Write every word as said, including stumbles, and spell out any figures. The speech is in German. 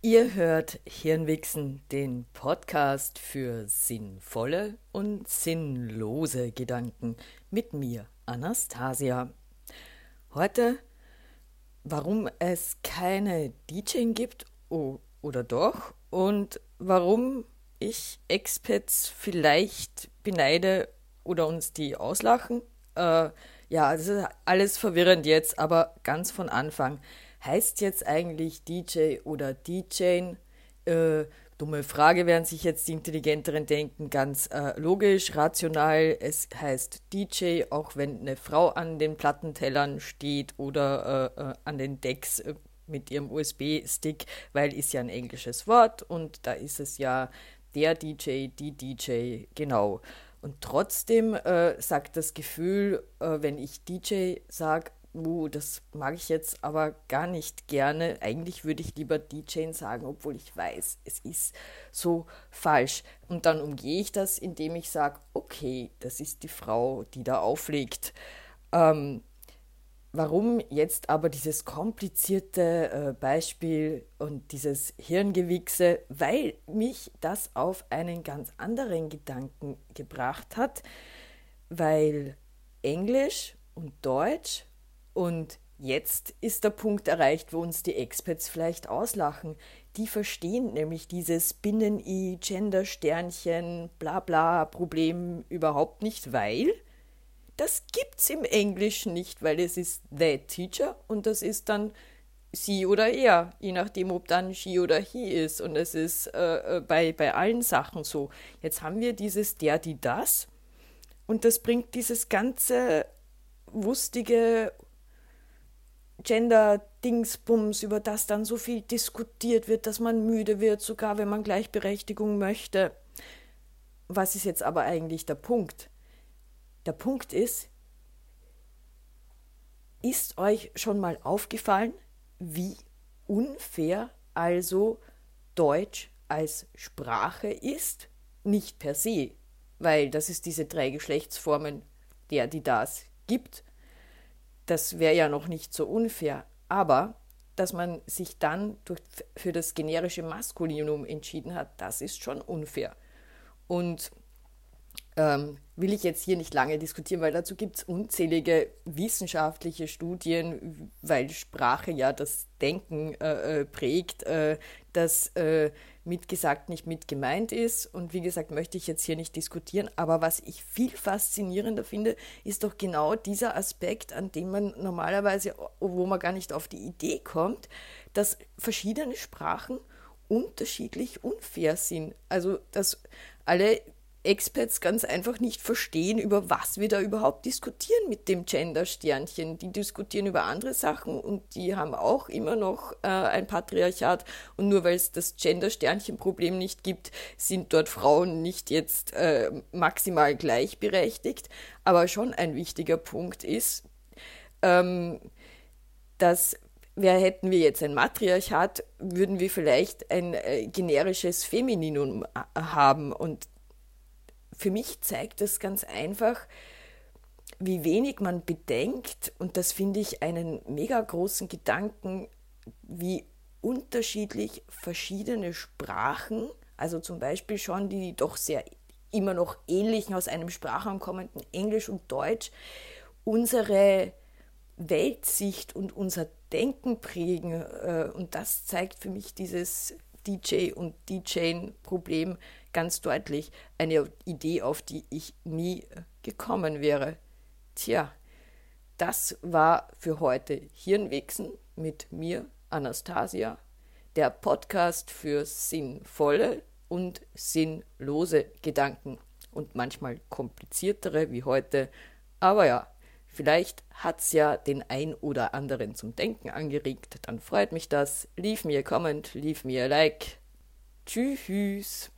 Ihr hört Hirnwichsen, den Podcast für sinnvolle und sinnlose Gedanken mit mir, Anastasia. Heute, warum es keine DJing gibt oh, oder doch und warum ich Expats vielleicht beneide oder uns die auslachen. Äh, ja, das ist alles verwirrend jetzt, aber ganz von Anfang. Heißt jetzt eigentlich D J oder DJing? Äh, dumme Frage, werden sich jetzt die Intelligenteren denken. Ganz äh, logisch, rational. Es heißt D J, auch wenn eine Frau an den Plattentellern steht oder äh, äh, an den Decks äh, mit ihrem U S B-Stick, weil ist ja ein englisches Wort und da ist es ja der D J, die D J, genau. Und trotzdem äh, sagt das Gefühl, äh, wenn ich D J sage, uh, das mag ich jetzt aber gar nicht gerne. Eigentlich würde ich lieber D J sagen, obwohl ich weiß, es ist so falsch. Und dann umgehe ich das, indem ich sage, okay, das ist die Frau, die da auflegt. Ähm, Warum jetzt aber dieses komplizierte äh, Beispiel und dieses Hirngewichse? Weil mich das auf einen ganz anderen Gedanken gebracht hat, weil Englisch und Deutsch und jetzt ist der Punkt erreicht, wo uns die Experts vielleicht auslachen. Die verstehen nämlich dieses Binnen-I, Gender-Sternchen, bla bla Problem überhaupt nicht, weil das gibt's im Englischen nicht, weil es ist the teacher und das ist dann sie oder er, je nachdem, ob dann she oder he ist. Und es ist äh, äh, bei, bei allen Sachen so. Jetzt haben wir dieses der, die, das und das bringt dieses ganze wustige Gender-Dingsbums, über das dann so viel diskutiert wird, dass man müde wird, sogar wenn man Gleichberechtigung möchte. Was ist jetzt aber eigentlich der Punkt? Der Punkt ist, ist euch schon mal aufgefallen, wie unfair also Deutsch als Sprache ist? Nicht per se, weil das ist diese drei Geschlechtsformen, der, die, das gibt. Das wäre ja noch nicht so unfair. Aber dass man sich dann durch, für das generische Maskulinum entschieden hat, das ist schon unfair. Und ähm, will ich jetzt hier nicht lange diskutieren, weil dazu gibt es unzählige wissenschaftliche Studien, weil Sprache ja das Denken äh, äh, prägt, äh, dass äh, mitgesagt nicht mit gemeint ist. Und wie gesagt, möchte ich jetzt hier nicht diskutieren. Aber was ich viel faszinierender finde, ist doch genau dieser Aspekt, an dem man normalerweise, wo man gar nicht auf die Idee kommt, dass verschiedene Sprachen unterschiedlich unfair sind. Also, dass alle Experts ganz einfach nicht verstehen, über was wir da überhaupt diskutieren mit dem Gender-Sternchen. Die diskutieren über andere Sachen und die haben auch immer noch äh, ein Patriarchat. Und nur weil es das Gender-Sternchen-Problem nicht gibt, sind dort Frauen nicht jetzt äh, maximal gleichberechtigt. Aber schon ein wichtiger Punkt ist, ähm, dass wer hätten wir jetzt ein Matriarchat, würden wir vielleicht ein äh, generisches Femininum äh, haben. Und für mich zeigt das ganz einfach, wie wenig man bedenkt, und das finde ich einen mega großen Gedanken, wie unterschiedlich verschiedene Sprachen, also zum Beispiel schon die doch sehr immer noch ähnlichen aus einem Sprachraum kommenden Englisch und Deutsch, unsere Weltsicht und unser Denken prägen. Und das zeigt für mich dieses D J und DJing-Problem ganz deutlich. Eine Idee, auf die ich nie gekommen wäre. Tja, das war für heute Hirnwichsen mit mir, Anastasia, der Podcast für sinnvolle und sinnlose Gedanken und manchmal kompliziertere wie heute. Aber ja, vielleicht hat's ja den ein oder anderen zum Denken angeregt. Dann freut mich das. Leave me a comment, leave me a like. Tschüss.